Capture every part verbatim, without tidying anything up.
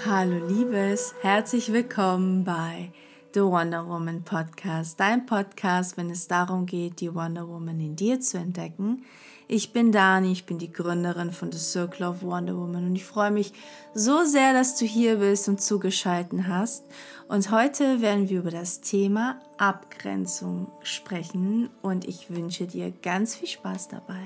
Hallo Liebes, herzlich willkommen bei The Wonder Woman Podcast, dein Podcast, wenn es darum geht, die Wonder Woman in dir zu entdecken. Ich bin Dani, ich bin die Gründerin von The Circle of Wonder Woman und ich freue mich so sehr, dass du hier bist und zugeschaltet hast. Und heute werden wir über das Thema Abgrenzung sprechen und ich wünsche dir ganz viel Spaß dabei.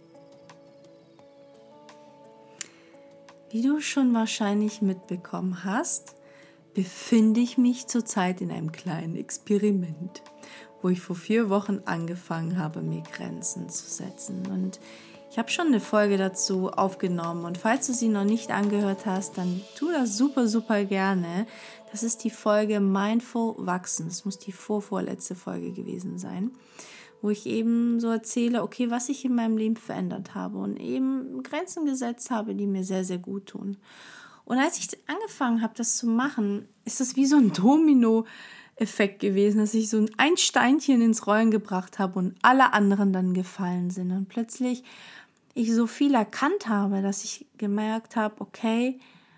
Wie du schon wahrscheinlich mitbekommen hast, befinde ich mich zurzeit in einem kleinen Experiment, wo ich vor vier Wochen angefangen habe, mir Grenzen zu setzen. Und ich habe schon eine Folge dazu aufgenommen und falls du sie noch nicht angehört hast, dann tu das super, super gerne. Das ist die Folge Mindful Wachsen. Das muss die vorvorletzte Folge gewesen sein, wo ich eben so erzähle, okay, was ich in meinem Leben verändert habe und eben Grenzen gesetzt habe, die mir sehr, sehr gut tun. Und als ich angefangen habe, das zu machen, ist das wie so ein Domino-Effekt gewesen, dass ich so ein Steinchen ins Rollen gebracht habe und alle anderen dann gefallen sind. Und plötzlich ich so viel erkannt habe, dass ich gemerkt habe, okay,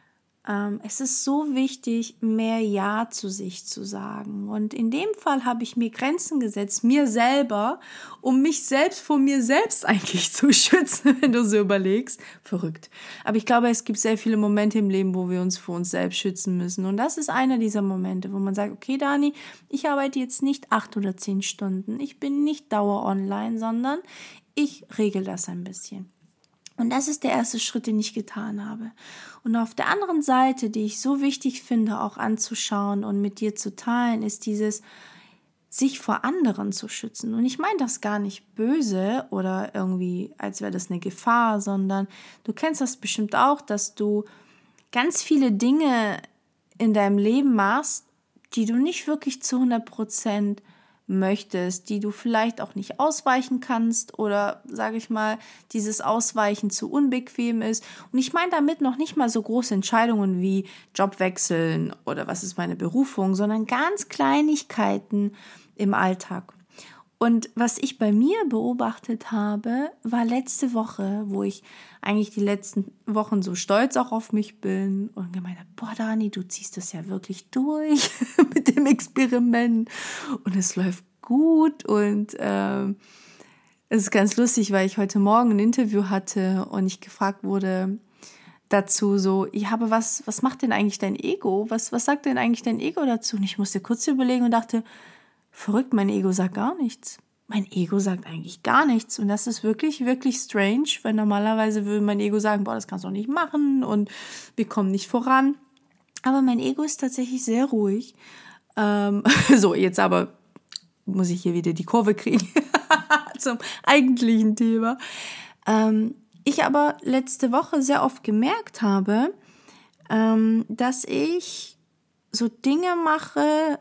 Ähm, es ist so wichtig, mehr Ja zu sich zu sagen. Und in dem Fall habe ich mir Grenzen gesetzt, mir selber, um mich selbst vor mir selbst eigentlich zu schützen, wenn du so überlegst. Verrückt. Aber ich glaube, es gibt sehr viele Momente im Leben, wo wir uns vor uns selbst schützen müssen. Und das ist einer dieser Momente, wo man sagt, okay, Dani, ich arbeite jetzt nicht acht oder zehn Stunden. Ich bin nicht dauer online, sondern ich regel das ein bisschen. Und das ist der erste Schritt, den ich getan habe. Und auf der anderen Seite, die ich so wichtig finde, auch anzuschauen und mit dir zu teilen, ist dieses, sich vor anderen zu schützen. Und ich meine das gar nicht böse oder irgendwie, als wäre das eine Gefahr, sondern du kennst das bestimmt auch, dass du ganz viele Dinge in deinem Leben machst, die du nicht wirklich zu hundert Prozent möchtest, die du vielleicht auch nicht ausweichen kannst oder, sage ich mal, dieses Ausweichen zu unbequem ist. Und ich meine damit noch nicht mal so große Entscheidungen wie Job wechseln oder was ist meine Berufung, sondern ganz Kleinigkeiten im Alltag. Und was ich bei mir beobachtet habe, war letzte Woche, wo ich eigentlich die letzten Wochen so stolz auch auf mich bin und gemeint habe, boah Dani, du ziehst das ja wirklich durch mit dem Experiment und es läuft gut und ähm, es ist ganz lustig, weil ich heute Morgen ein Interview hatte und ich gefragt wurde dazu so, ja, aber was, was macht denn eigentlich dein Ego? Was, was sagt denn eigentlich dein Ego dazu? Und ich musste kurz überlegen und dachte, verrückt, mein Ego sagt gar nichts. Mein Ego sagt eigentlich gar nichts. Und das ist wirklich, wirklich strange, weil normalerweise würde mein Ego sagen, boah, das kannst du doch nicht machen und wir kommen nicht voran. Aber mein Ego ist tatsächlich sehr ruhig. Ähm, so, jetzt aber muss ich hier wieder die Kurve kriegen zum eigentlichen Thema. Ähm, ich aber letzte Woche sehr oft gemerkt habe, ähm, dass ich so Dinge mache,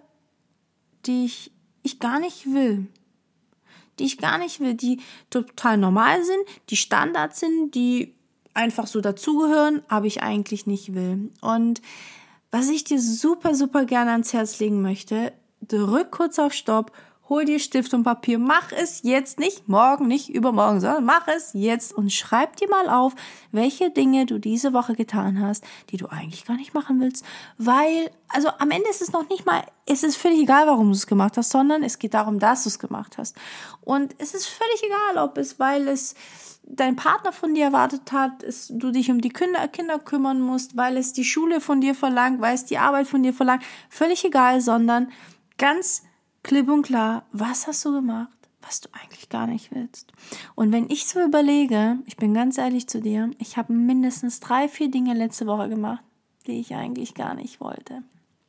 die ich ich gar nicht will, die ich gar nicht will, die total normal sind, die Standards sind, die einfach so dazugehören, aber ich eigentlich nicht will. Und was ich dir super, super gerne ans Herz legen möchte, drück kurz auf Stopp, hol dir Stift und Papier, mach es jetzt nicht, morgen, nicht übermorgen, sondern mach es jetzt und schreib dir mal auf, welche Dinge du diese Woche getan hast, die du eigentlich gar nicht machen willst, weil, also am Ende ist es noch nicht mal, es ist völlig egal, warum du es gemacht hast, sondern es geht darum, dass du es gemacht hast. Und es ist völlig egal, ob es, weil es dein Partner von dir erwartet hat, es, du dich um die Kinder, Kinder kümmern musst, weil es die Schule von dir verlangt, weil es die Arbeit von dir verlangt, völlig egal, sondern ganz klipp und klar, was hast du gemacht, was du eigentlich gar nicht willst. Und wenn ich so überlege, ich bin ganz ehrlich zu dir, ich habe mindestens drei, vier Dinge letzte Woche gemacht, die ich eigentlich gar nicht wollte.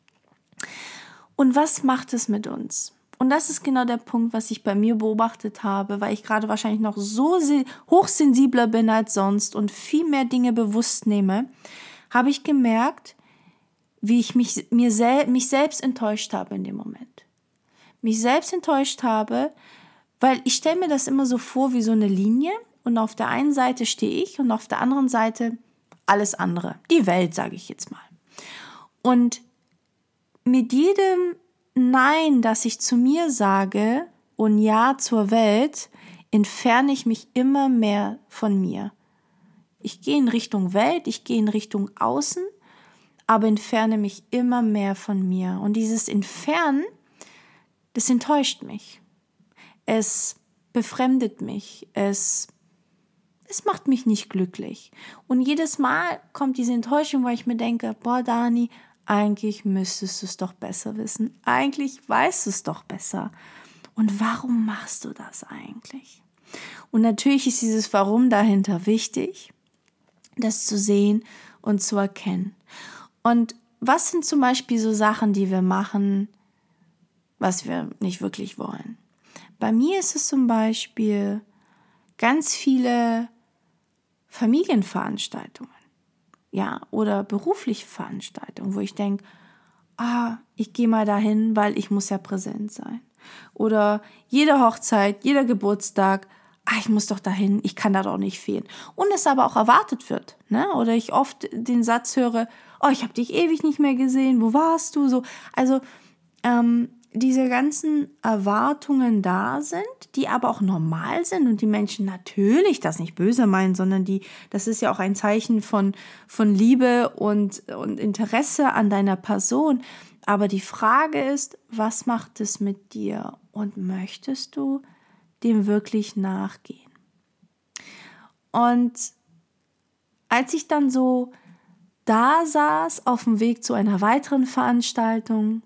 Und was macht es mit uns? Und das ist genau der Punkt, was ich bei mir beobachtet habe, weil ich gerade wahrscheinlich noch so hochsensibler bin als sonst und viel mehr Dinge bewusst nehme, habe ich gemerkt, wie ich mich, mir sel- mich selbst enttäuscht habe in dem Moment. mich selbst enttäuscht habe, weil ich stelle mir das immer so vor wie so eine Linie und auf der einen Seite stehe ich und auf der anderen Seite alles andere. Die Welt, sage ich jetzt mal. Und mit jedem Nein, das ich zu mir sage und Ja zur Welt, entferne ich mich immer mehr von mir. Ich gehe in Richtung Welt, ich gehe in Richtung Außen, aber entferne mich immer mehr von mir. Und dieses Entfernen, das enttäuscht mich. Es befremdet mich. Es, es macht mich nicht glücklich. Und jedes Mal kommt diese Enttäuschung, weil ich mir denke, boah, Dani, eigentlich müsstest du es doch besser wissen. Eigentlich weißt du es doch besser. Und warum machst du das eigentlich? Und natürlich ist dieses Warum dahinter wichtig, das zu sehen und zu erkennen. Und was sind zum Beispiel so Sachen, die wir machen, was wir nicht wirklich wollen? Bei mir ist es zum Beispiel ganz viele Familienveranstaltungen, ja, oder berufliche Veranstaltungen, wo ich denke, ah, ich gehe mal dahin, weil ich muss ja präsent sein. Oder jede Hochzeit, jeder Geburtstag, ah, ich muss doch dahin, ich kann da doch nicht fehlen. Und es aber auch erwartet wird, ne? Oder ich oft den Satz höre, oh, ich habe dich ewig nicht mehr gesehen, wo warst du? So, also ähm, diese ganzen Erwartungen da sind, die aber auch normal sind und die Menschen natürlich das nicht böse meinen, sondern die, das ist ja auch ein Zeichen von, von Liebe und, und Interesse an deiner Person. Aber die Frage ist, was macht es mit dir und möchtest du dem wirklich nachgehen? Und als ich dann so da saß auf dem Weg zu einer weiteren Veranstaltung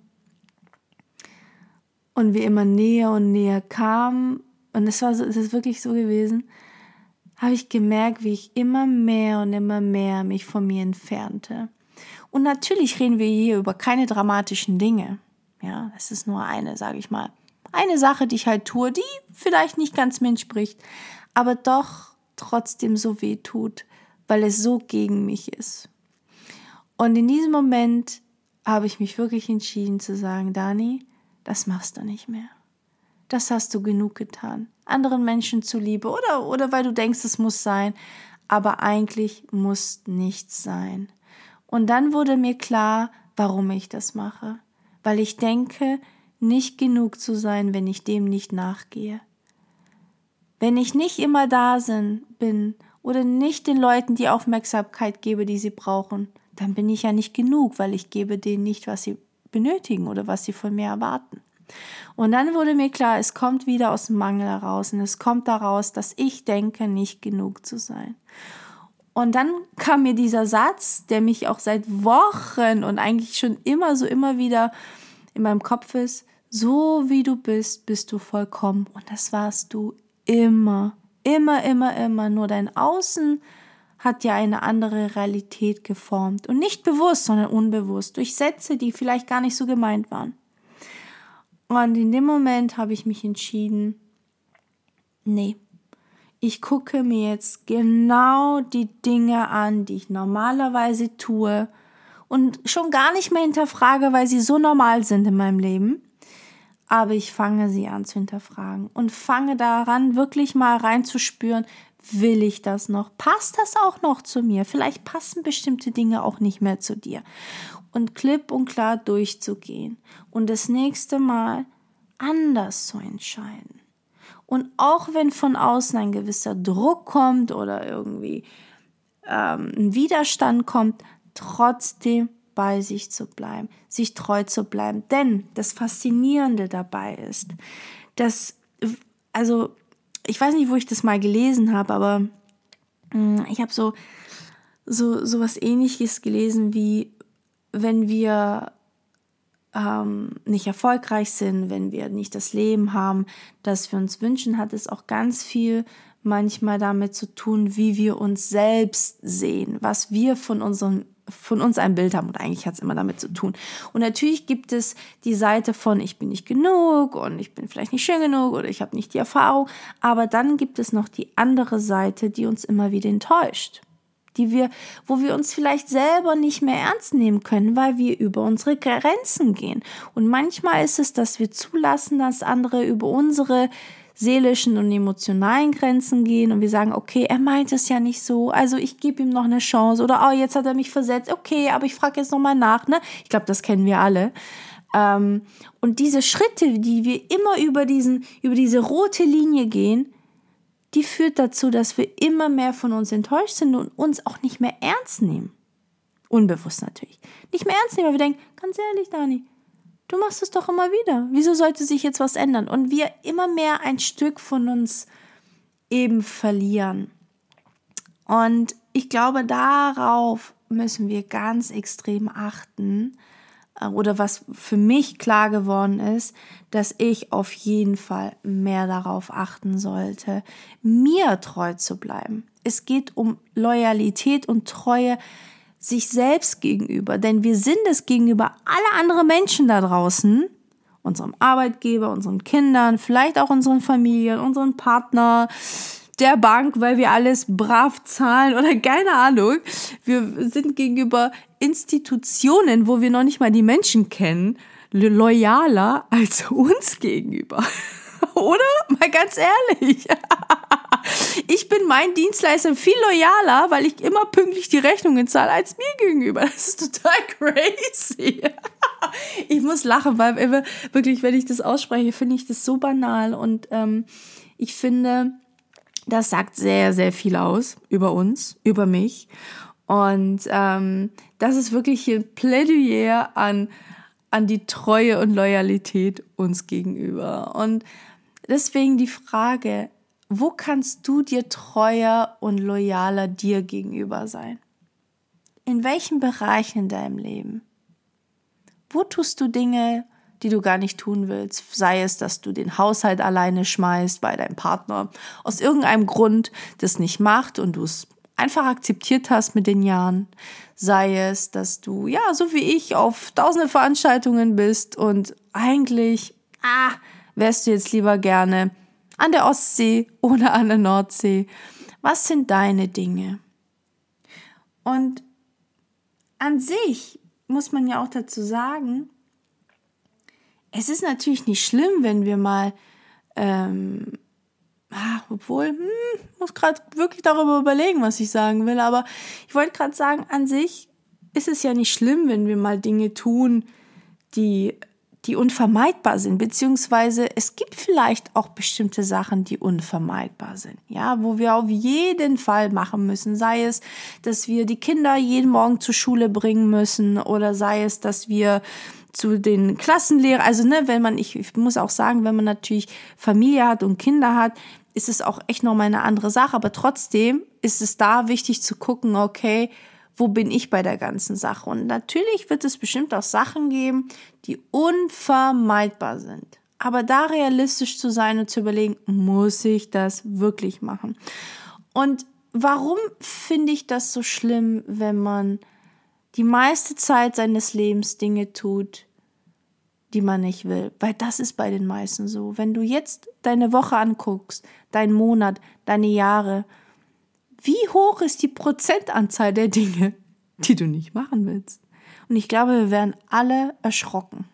und wir immer näher und näher kamen, und es war so, es ist wirklich so gewesen, habe ich gemerkt, wie ich immer mehr und immer mehr mich von mir entfernte. Und natürlich reden wir hier über keine dramatischen Dinge. Ja, es ist nur eine, sage ich mal, eine Sache, die ich halt tue, die vielleicht nicht ganz mir entspricht, aber doch trotzdem so weh tut, weil es so gegen mich ist. Und in diesem Moment habe ich mich wirklich entschieden zu sagen, Dani, das machst du nicht mehr. Das hast du genug getan. Anderen Menschen zuliebe oder, oder weil du denkst, es muss sein, aber eigentlich muss nichts sein. Und dann wurde mir klar, warum ich das mache. Weil ich denke, nicht genug zu sein, wenn ich dem nicht nachgehe. Wenn ich nicht immer da bin oder nicht den Leuten die Aufmerksamkeit gebe, die sie brauchen, dann bin ich ja nicht genug, weil ich gebe denen nicht, was sie benötigen oder was sie von mir erwarten. Und dann wurde mir klar, es kommt wieder aus dem Mangel heraus und es kommt daraus, dass ich denke, nicht genug zu sein. Und dann kam mir dieser Satz, der mich auch seit Wochen und eigentlich schon immer so immer wieder in meinem Kopf ist, so wie du bist, bist du vollkommen. Und das warst du immer, immer, immer, immer. Nur dein Außen hat ja eine andere Realität geformt. Und nicht bewusst, sondern unbewusst, durch Sätze, die vielleicht gar nicht so gemeint waren. Und in dem Moment habe ich mich entschieden, nee, ich gucke mir jetzt genau die Dinge an, die ich normalerweise tue und schon gar nicht mehr hinterfrage, weil sie so normal sind in meinem Leben. Aber ich fange sie an zu hinterfragen und fange daran, wirklich mal reinzuspüren, will ich das noch? Passt das auch noch zu mir? Vielleicht passen bestimmte Dinge auch nicht mehr zu dir. Und klipp und klar durchzugehen und das nächste Mal anders zu entscheiden. Und auch wenn von außen ein gewisser Druck kommt oder irgendwie ähm, ein Widerstand kommt, trotzdem bei sich zu bleiben, sich treu zu bleiben. Denn das Faszinierende dabei ist, dass, also ich weiß nicht, wo ich das mal gelesen habe, aber mh, ich habe so, so, so was Ähnliches gelesen wie, wenn wir ähm, nicht erfolgreich sind, wenn wir nicht das Leben haben, das wir uns wünschen, hat es auch ganz viel manchmal damit zu tun, wie wir uns selbst sehen, was wir von unserem von uns ein Bild haben und eigentlich hat es immer damit zu tun. Und natürlich gibt es die Seite von ich bin nicht genug und ich bin vielleicht nicht schön genug oder ich habe nicht die Erfahrung, aber dann gibt es noch die andere Seite, die uns immer wieder enttäuscht, die wir, wo wir uns vielleicht selber nicht mehr ernst nehmen können, weil wir über unsere Grenzen gehen. Und manchmal ist es, dass wir zulassen, dass andere über unsere seelischen und emotionalen Grenzen gehen und wir sagen, okay, er meint es ja nicht so, also ich gebe ihm noch eine Chance oder oh, jetzt hat er mich versetzt, okay, aber ich frage jetzt nochmal nach, ne? Ich glaube, das kennen wir alle. Ähm, und diese Schritte, die wir immer über diesen, über diese rote Linie gehen, die führt dazu, dass wir immer mehr von uns enttäuscht sind und uns auch nicht mehr ernst nehmen. unbewusst natürlich, nicht mehr ernst nehmen, weil wir denken, ganz ehrlich, Dani, du machst es doch immer wieder. Wieso sollte sich jetzt was ändern? Und wir immer mehr ein Stück von uns eben verlieren. Und ich glaube, darauf müssen wir ganz extrem achten. Oder was für mich klar geworden ist, dass ich auf jeden Fall mehr darauf achten sollte, mir treu zu bleiben. Es geht um Loyalität und Treue sich selbst gegenüber, denn wir sind es gegenüber alle anderen Menschen da draußen, unserem Arbeitgeber, unseren Kindern, vielleicht auch unseren Familien, unseren Partner, der Bank, weil wir alles brav zahlen oder keine Ahnung. Wir sind gegenüber Institutionen, wo wir noch nicht mal die Menschen kennen, loyaler als uns gegenüber. Oder? Mal ganz ehrlich. Ich bin meinen Dienstleistern viel loyaler, weil ich immer pünktlich die Rechnungen zahle, als mir gegenüber. Das ist total crazy. Ich muss lachen, weil immer, wirklich, wenn ich das ausspreche, finde ich das so banal. Und ähm, ich finde, das sagt sehr, sehr viel aus über uns, über mich. Und ähm, das ist wirklich hier ein Plädoyer an, an die Treue und Loyalität uns gegenüber. Und deswegen die Frage, wo kannst du dir treuer und loyaler dir gegenüber sein? In welchen Bereichen in deinem Leben? Wo tust du Dinge, die du gar nicht tun willst? Sei es, dass du den Haushalt alleine schmeißt, weil dein Partner aus irgendeinem Grund das nicht macht und du es einfach akzeptiert hast mit den Jahren. Sei es, dass du, ja, so wie ich, auf tausende Veranstaltungen bist und eigentlich, ah, wärst du jetzt lieber gerne an der Ostsee oder an der Nordsee. Was sind deine Dinge? Und an sich muss man ja auch dazu sagen, es ist natürlich nicht schlimm, wenn wir mal, ähm, ah, obwohl, hm, muss gerade wirklich darüber überlegen, was ich sagen will, aber ich wollte gerade sagen, an sich ist es ja nicht schlimm, wenn wir mal Dinge tun, die, die unvermeidbar sind, beziehungsweise es gibt vielleicht auch bestimmte Sachen, die unvermeidbar sind, ja, wo wir auf jeden Fall machen müssen, sei es, dass wir die Kinder jeden Morgen zur Schule bringen müssen oder sei es, dass wir zu den Klassenlehrern, also ne, wenn man, ich, ich muss auch sagen, wenn man natürlich Familie hat und Kinder hat, ist es auch echt nochmal eine andere Sache, aber trotzdem ist es da wichtig zu gucken, okay, wo bin ich bei der ganzen Sache? Und natürlich wird es bestimmt auch Sachen geben, die unvermeidbar sind. Aber da realistisch zu sein und zu überlegen, muss ich das wirklich machen? Und warum finde ich das so schlimm, wenn man die meiste Zeit seines Lebens Dinge tut, die man nicht will? Weil das ist bei den meisten so. Wenn du jetzt deine Woche anguckst, deinen Monat, deine Jahre, wie hoch ist die Prozentanzahl der Dinge, die du nicht machen willst? Und ich glaube, wir werden alle erschrocken.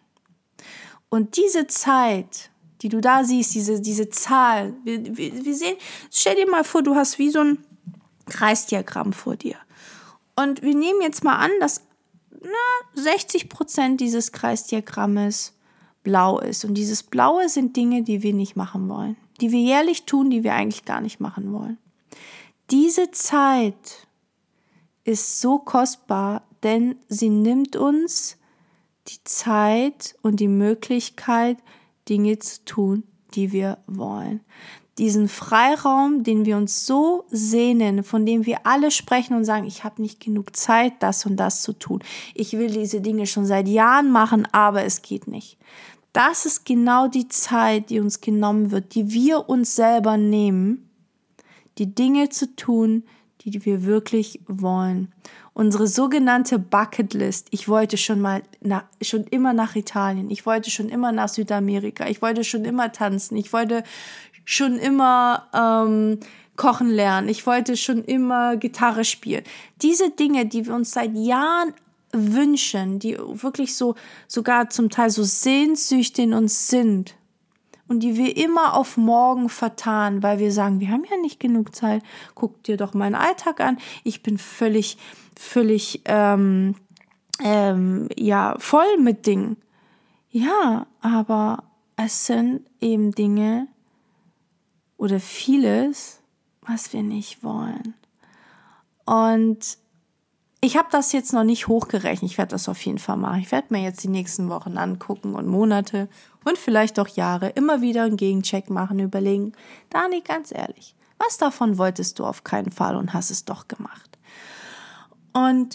Und diese Zeit, die du da siehst, diese, diese Zahl, wir, wir, wir sehen, stell dir mal vor, du hast wie so ein Kreisdiagramm vor dir. Und wir nehmen jetzt mal an, dass na, sechzig Prozent dieses Kreisdiagrammes blau ist. Und dieses Blaue sind Dinge, die wir nicht machen wollen, die wir jährlich tun, die wir eigentlich gar nicht machen wollen. Diese Zeit ist so kostbar, denn sie nimmt uns die Zeit und die Möglichkeit, Dinge zu tun, die wir wollen. Diesen Freiraum, den wir uns so sehnen, von dem wir alle sprechen und sagen, ich habe nicht genug Zeit, das und das zu tun. Ich will diese Dinge schon seit Jahren machen, aber es geht nicht. Das ist genau die Zeit, die uns genommen wird, die wir uns selber nehmen, die Dinge zu tun, die wir wirklich wollen. Unsere sogenannte Bucketlist. Ich wollte schon mal, na, schon immer nach Italien. Ich wollte schon immer nach Südamerika. Ich wollte schon immer tanzen. Ich wollte schon immer ähm, kochen lernen. Ich wollte schon immer Gitarre spielen. Diese Dinge, die wir uns seit Jahren wünschen, die wirklich so, sogar zum Teil so Sehnsüchte in uns sind, und die wir immer auf morgen vertanen, weil wir sagen, wir haben ja nicht genug Zeit. Guck dir doch meinen Alltag an. Ich bin völlig, völlig, ähm, ähm, ja, voll mit Dingen. Ja, aber es sind eben Dinge oder vieles, was wir nicht wollen. Und ich habe das jetzt noch nicht hochgerechnet. Ich werde das auf jeden Fall machen. Ich werde mir jetzt die nächsten Wochen angucken und Monate und vielleicht auch Jahre immer wieder einen Gegencheck machen, überlegen, Dani, ganz ehrlich, was davon wolltest du auf keinen Fall und hast es doch gemacht? Und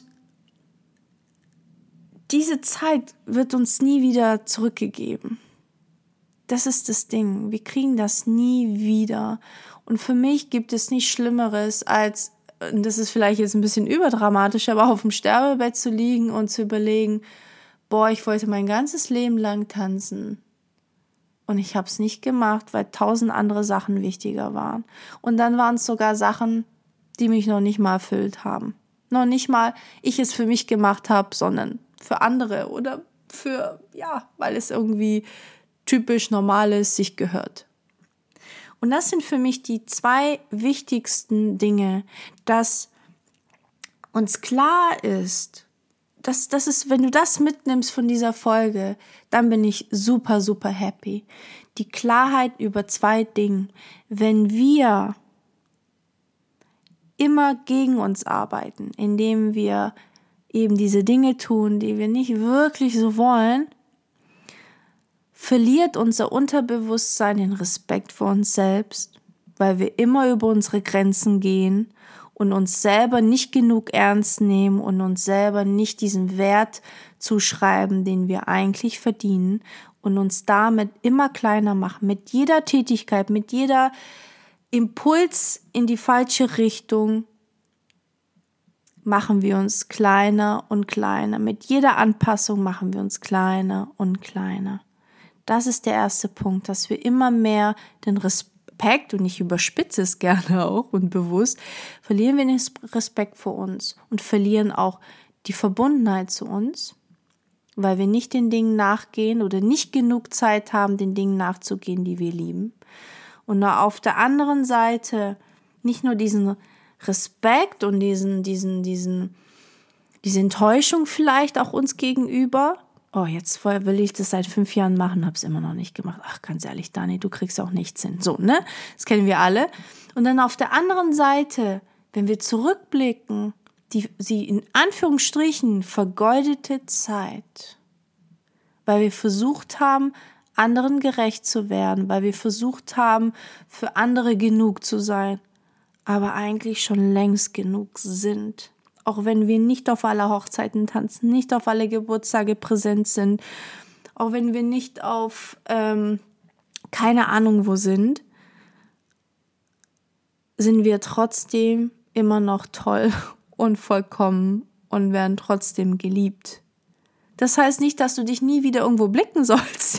diese Zeit wird uns nie wieder zurückgegeben. Das ist das Ding. Wir kriegen das nie wieder. Und für mich gibt es nichts Schlimmeres, als, das ist vielleicht jetzt ein bisschen überdramatisch, aber auf dem Sterbebett zu liegen und zu überlegen, boah, ich wollte mein ganzes Leben lang tanzen. Und ich habe es nicht gemacht, weil tausend andere Sachen wichtiger waren. Und dann waren es sogar Sachen, die mich noch nicht mal erfüllt haben. Noch nicht mal ich es für mich gemacht habe, sondern für andere oder für, ja, weil es irgendwie typisch normal ist, sich gehört. Und das sind für mich die zwei wichtigsten Dinge, dass uns klar ist, dass das ist, wenn du das mitnimmst von dieser Folge, dann bin ich super, super happy. Die Klarheit über zwei Dinge. Wenn wir immer gegen uns arbeiten, indem wir eben diese Dinge tun, die wir nicht wirklich so wollen, verliert unser Unterbewusstsein den Respekt vor uns selbst, weil wir immer über unsere Grenzen gehen und uns selber nicht genug ernst nehmen und uns selber nicht diesen Wert zuschreiben, den wir eigentlich verdienen und uns damit immer kleiner machen. Mit jeder Tätigkeit, mit jeder Impuls in die falsche Richtung machen wir uns kleiner und kleiner. Mit jeder Anpassung machen wir uns kleiner und kleiner. Das ist der erste Punkt, dass wir immer mehr den Respekt, und ich überspitze es gerne auch und bewusst, verlieren wir den Respekt vor uns und verlieren auch die Verbundenheit zu uns, weil wir nicht den Dingen nachgehen oder nicht genug Zeit haben, den Dingen nachzugehen, die wir lieben. Und auf der anderen Seite nicht nur diesen Respekt und diesen, diesen, diesen, diese Enttäuschung vielleicht auch uns gegenüber. Oh, jetzt will ich das seit fünf Jahren machen, habe es immer noch nicht gemacht. Ach, ganz ehrlich, Dani, du kriegst auch nichts hin. So, ne? Das kennen wir alle. Und dann auf der anderen Seite, wenn wir zurückblicken, die, sie in Anführungsstrichen vergeudete Zeit, weil wir versucht haben, anderen gerecht zu werden, weil wir versucht haben, für andere genug zu sein, aber eigentlich schon längst genug sind. Auch wenn wir nicht auf alle Hochzeiten tanzen, nicht auf alle Geburtstage präsent sind, auch wenn wir nicht auf ähm, keine Ahnung wo sind, sind wir trotzdem immer noch toll und vollkommen und werden trotzdem geliebt. Das heißt nicht, dass du dich nie wieder irgendwo blicken sollst.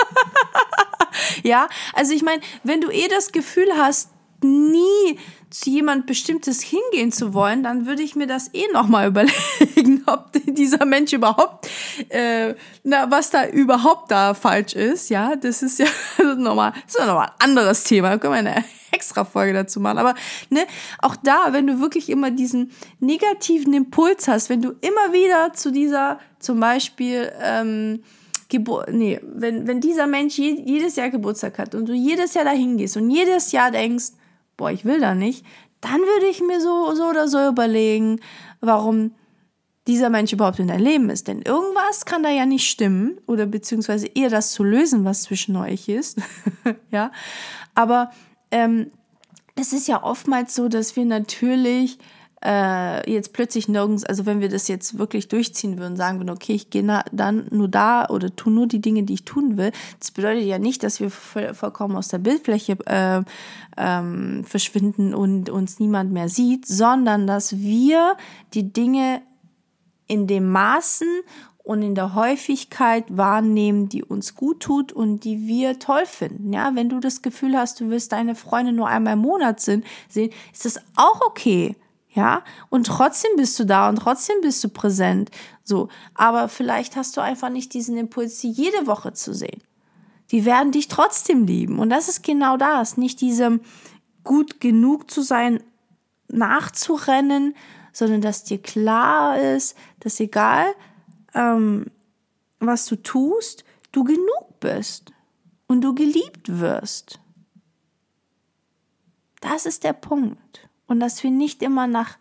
Ja, also ich meine, wenn du eh das Gefühl hast, nie zu jemand Bestimmtes hingehen zu wollen, dann würde ich mir das eh nochmal überlegen, ob dieser Mensch überhaupt, äh, na, was da überhaupt da falsch ist. Ja, das ist ja nochmal, das ist ja nochmal ein anderes Thema. Da können wir eine extra Folge dazu machen. Aber ne, auch da, wenn du wirklich immer diesen negativen Impuls hast, wenn du immer wieder zu dieser, zum Beispiel, ähm, Gebur- nee, wenn, wenn dieser Mensch je, jedes Jahr Geburtstag hat und du jedes Jahr dahin gehst und jedes Jahr denkst, boah, ich will da nicht, dann würde ich mir so, so oder so überlegen, warum dieser Mensch überhaupt in dein Leben ist. Denn irgendwas kann da ja nicht stimmen oder beziehungsweise eher das zu lösen, was zwischen euch ist. Ja, aber ähm, es ist ja oftmals so, dass wir natürlich äh, jetzt plötzlich nirgends, also wenn wir das jetzt wirklich durchziehen würden, sagen würden, okay, ich gehe na, dann nur da oder tue nur die Dinge, die ich tun will. Das bedeutet ja nicht, dass wir voll, vollkommen aus der Bildfläche äh, ähm, verschwinden und uns niemand mehr sieht, sondern dass wir die Dinge in dem Maßen und in der Häufigkeit wahrnehmen, die uns gut tut und die wir toll finden. Ja, wenn du das Gefühl hast, du willst deine Freunde nur einmal im Monat sehen, ist das auch okay. Ja, und trotzdem bist du da und trotzdem bist du präsent. So, aber vielleicht hast du einfach nicht diesen Impuls, sie jede Woche zu sehen. Die werden dich trotzdem lieben. Und das ist genau das, nicht diesem gut genug zu sein, nachzurennen, sondern dass dir klar ist, dass egal, ähm, was du tust, du genug bist und du geliebt wirst. Das ist der Punkt. Und dass wir nicht immer nach,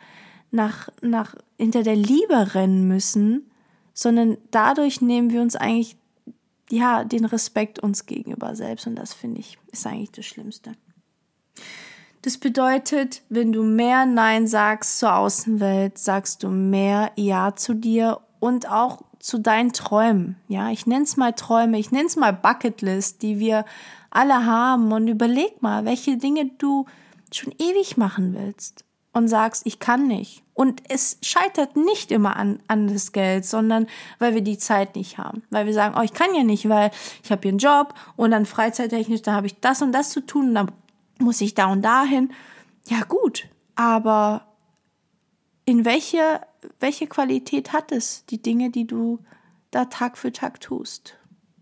nach, nach hinter der Liebe rennen müssen, sondern dadurch nehmen wir uns eigentlich ja den Respekt uns gegenüber selbst, und das finde ich ist eigentlich das Schlimmste. Das bedeutet, wenn du mehr Nein sagst zur Außenwelt, sagst du mehr Ja zu dir und auch zu deinen Träumen. Ja, ich nenne es mal Träume, ich nenne es mal Bucketlist, die wir alle haben, und überleg mal, welche Dinge du schon ewig machen willst und sagst, ich kann nicht. Und es scheitert nicht immer an, an das Geld, sondern weil wir die Zeit nicht haben. Weil wir sagen, oh, ich kann ja nicht, weil ich habe hier einen Job und dann freizeittechnisch, da habe ich das und das zu tun und dann muss ich da und dahin. Ja gut, aber in welche, welche Qualität hat es, die Dinge, die du da Tag für Tag tust?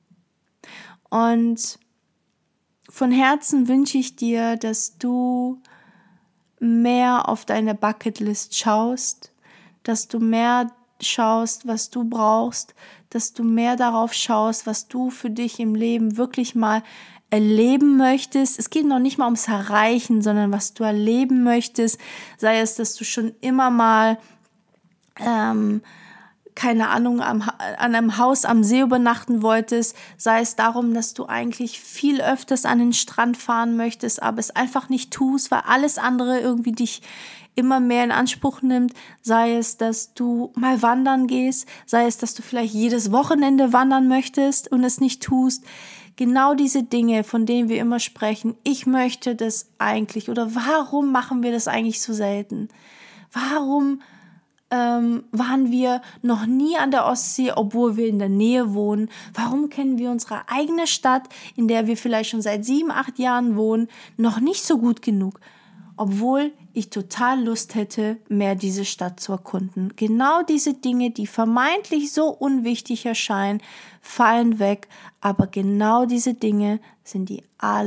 Und von Herzen wünsche ich dir, dass du mehr auf deine Bucketlist schaust, dass du mehr schaust, was du brauchst, dass du mehr darauf schaust, was du für dich im Leben wirklich mal erleben möchtest. Es geht noch nicht mal ums Erreichen, sondern was du erleben möchtest. Sei es, dass du schon immer mal, ähm, keine Ahnung, am, an einem Haus am See übernachten wolltest. Sei es darum, dass du eigentlich viel öfters an den Strand fahren möchtest, aber es einfach nicht tust, weil alles andere irgendwie dich immer mehr in Anspruch nimmt. Sei es, dass du mal wandern gehst. Sei es, dass du vielleicht jedes Wochenende wandern möchtest und es nicht tust. Genau diese Dinge, von denen wir immer sprechen, ich möchte das eigentlich, oder warum machen wir das eigentlich so selten? Warum ähm, waren wir noch nie an der Ostsee, obwohl wir in der Nähe wohnen? Warum kennen wir unsere eigene Stadt, in der wir vielleicht schon seit sieben, acht Jahren wohnen, noch nicht so gut genug? Obwohl ich total Lust hätte, mehr diese Stadt zu erkunden. Genau diese Dinge, die vermeintlich so unwichtig erscheinen, fallen weg. Aber genau diese Dinge sind die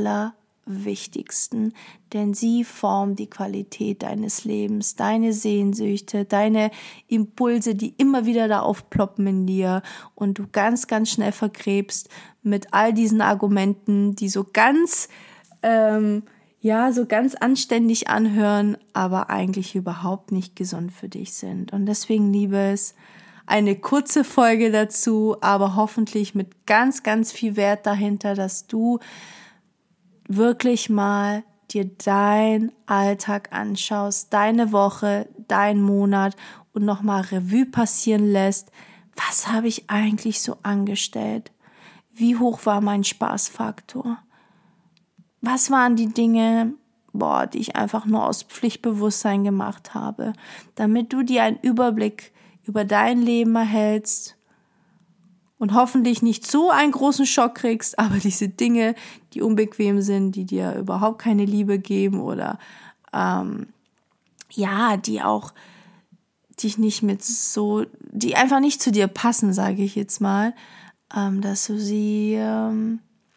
allerwichtigsten, denn sie formen die Qualität deines Lebens, deine Sehnsüchte, deine Impulse, die immer wieder da aufploppen in dir und du ganz, ganz schnell vergräbst mit all diesen Argumenten, die so ganz... Ähm, ja, so ganz anständig anhören, aber eigentlich überhaupt nicht gesund für dich sind. Und deswegen, Liebes, eine kurze Folge dazu, aber hoffentlich mit ganz, ganz viel Wert dahinter, dass du wirklich mal dir deinen Alltag anschaust, deine Woche, deinen Monat und nochmal Revue passieren lässt. Was habe ich eigentlich so angestellt? Wie hoch war mein Spaßfaktor? Was waren die Dinge, boah, die ich einfach nur aus Pflichtbewusstsein gemacht habe, damit du dir einen Überblick über dein Leben erhältst und hoffentlich nicht so einen großen Schock kriegst, aber diese Dinge, die unbequem sind, die dir überhaupt keine Liebe geben oder ähm, ja, die auch dich nicht mit so, die einfach nicht zu dir passen, sage ich jetzt mal, ähm, dass du sie ähm,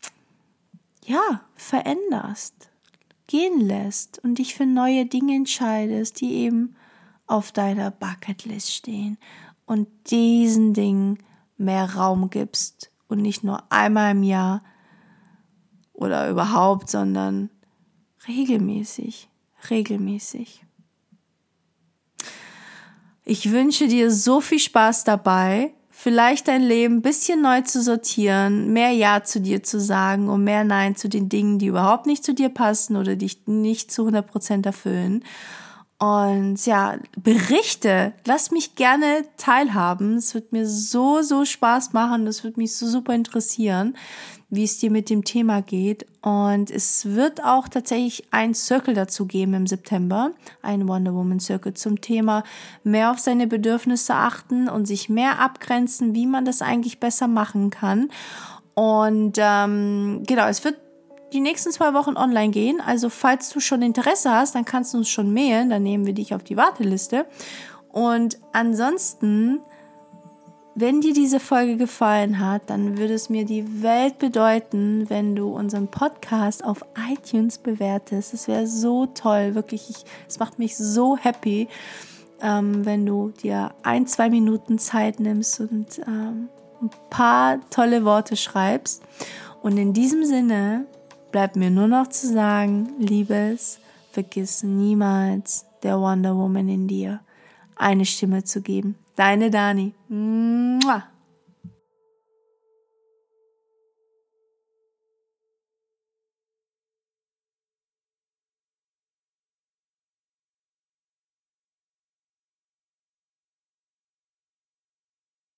ja, veränderst, gehen lässt und dich für neue Dinge entscheidest, die eben auf deiner Bucketlist stehen und diesen Dingen mehr Raum gibst und nicht nur einmal im Jahr oder überhaupt, sondern regelmäßig, regelmäßig. Ich wünsche dir so viel Spaß dabei, vielleicht dein Leben ein bisschen neu zu sortieren, mehr Ja zu dir zu sagen und mehr Nein zu den Dingen, die überhaupt nicht zu dir passen oder dich nicht zu hundert Prozent erfüllen. Und ja, berichte, lass mich gerne teilhaben. Es wird mir so, so Spaß machen. Das wird mich so super interessieren, wie es dir mit dem Thema geht. Und es wird auch tatsächlich ein Circle dazu geben im September, ein Wonder Woman Circle zum Thema mehr auf seine Bedürfnisse achten und sich mehr abgrenzen, wie man das eigentlich besser machen kann. Und ähm, genau, es wird die nächsten zwei Wochen online gehen. Also falls du schon Interesse hast, dann kannst du uns schon mailen, dann nehmen wir dich auf die Warteliste. Und ansonsten, wenn dir diese Folge gefallen hat, dann würde es mir die Welt bedeuten, wenn du unseren Podcast auf iTunes bewertest. Das wäre so toll, wirklich. Ich, es macht mich so happy, ähm, wenn du dir ein, zwei Minuten Zeit nimmst und ähm, ein paar tolle Worte schreibst. Und in diesem Sinne bleibt mir nur noch zu sagen, Liebes, vergiss niemals der Wonder Woman in dir. eine Stimme zu geben. Deine Dani. Mua.